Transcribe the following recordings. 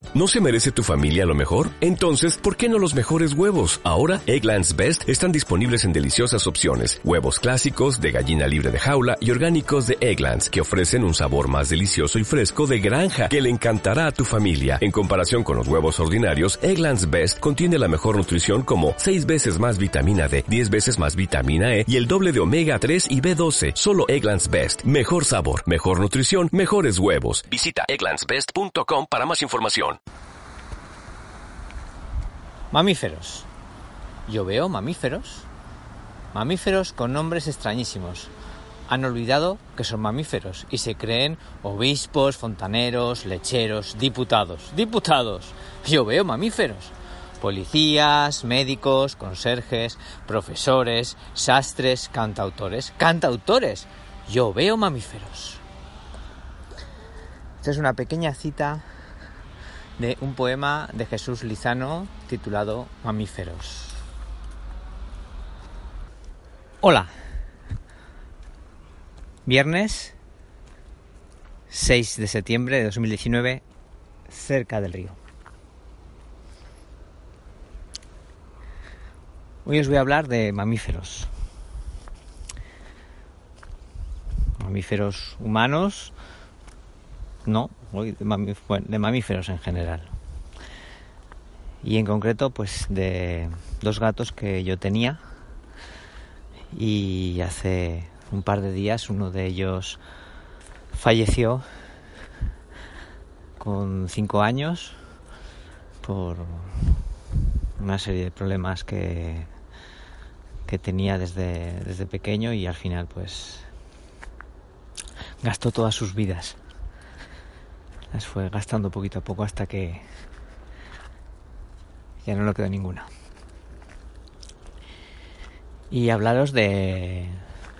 ¿No se merece tu familia lo mejor? Entonces, ¿por qué no los mejores huevos? Ahora, Eggland's Best están disponibles en deliciosas opciones. Huevos clásicos, de gallina libre de jaula y orgánicos de Eggland's, que ofrecen un sabor más delicioso y fresco de granja que le encantará a tu familia. En comparación con los huevos ordinarios, Eggland's Best contiene la mejor nutrición como 6 veces más vitamina D, 10 veces más vitamina E y el doble de omega 3 y B12. Solo Eggland's Best. Mejor sabor, mejor nutrición, mejores huevos. Visita egglandsbest.com para más información. Mamíferos. Yo veo mamíferos. Mamíferos con nombres extrañísimos. Han olvidado que son mamíferos y se creen obispos, fontaneros, lecheros, diputados. ¡Diputados! Yo veo mamíferos. Policías, médicos, conserjes, profesores, sastres, cantautores. ¡Cantautores! Yo veo mamíferos. Esta es una pequeña cita de un poema de Jesús Lizano titulado Mamíferos. Hola. Viernes 6 de septiembre de 2019, cerca del río. Hoy os voy a hablar de mamíferos. Mamíferos humanos, no, hoy de mamíferos en general. Y en concreto, pues de 2 gatos que yo tenía. Y hace un par de días uno de ellos falleció con 5 años por una serie de problemas que tenía desde pequeño, y al final pues gastó todas sus vidas. Las fue gastando poquito a poco hasta que ya no le quedó ninguna. Y hablaros de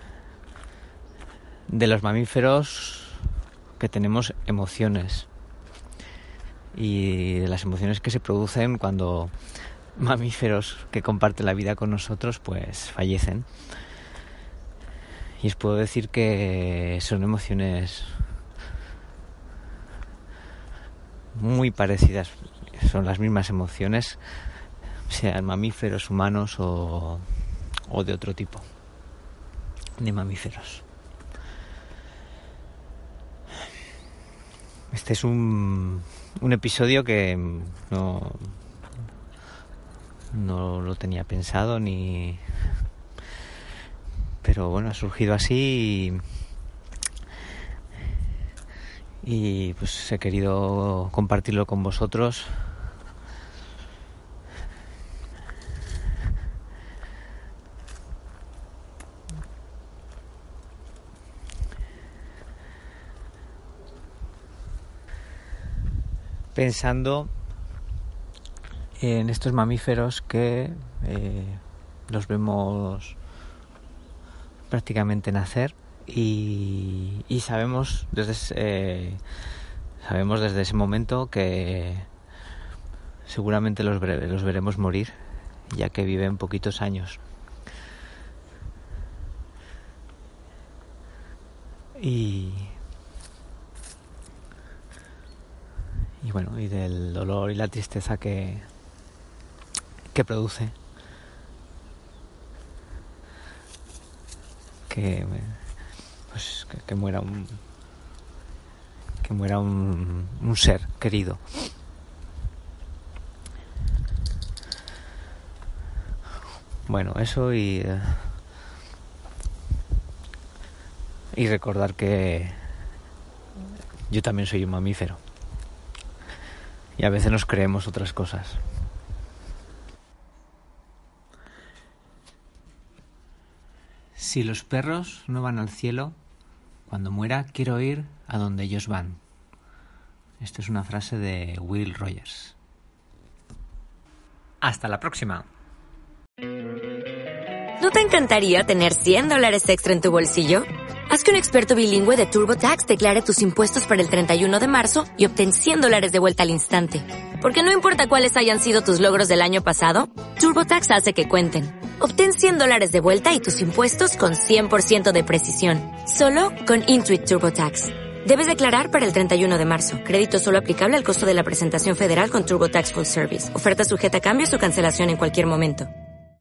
los mamíferos que tenemos emociones y de las emociones que se producen cuando mamíferos que comparten la vida con nosotros pues fallecen. Y os puedo decir que son emociones muy parecidas, son las mismas emociones, sean mamíferos, humanos o de otro tipo de mamíferos. Este es un episodio que no lo tenía pensado pero bueno, ha surgido así y pues he querido compartirlo con vosotros. Pensando en estos mamíferos que los vemos prácticamente nacer y sabemos desde ese momento que seguramente los veremos morir, ya que viven poquitos años. Y bueno, y del dolor y la tristeza que produce que muera un ser querido. Bueno, eso y recordar que yo también soy un mamífero y a veces nos creemos otras cosas. Si los perros no van al cielo, cuando muera quiero ir a donde ellos van. Esta es una frase de Will Rogers. Hasta la próxima. ¿No te encantaría tener $100 extra en tu bolsillo? Haz que un experto bilingüe de TurboTax declare tus impuestos para el 31 de marzo y obtén $100 de vuelta al instante. Porque no importa cuáles hayan sido tus logros del año pasado, TurboTax hace que cuenten. Obtén $100 de vuelta y tus impuestos con 100% de precisión. Solo con Intuit TurboTax. Debes declarar para el 31 de marzo. Crédito solo aplicable al costo de la presentación federal con TurboTax Full Service. Oferta sujeta a cambios o cancelación en cualquier momento.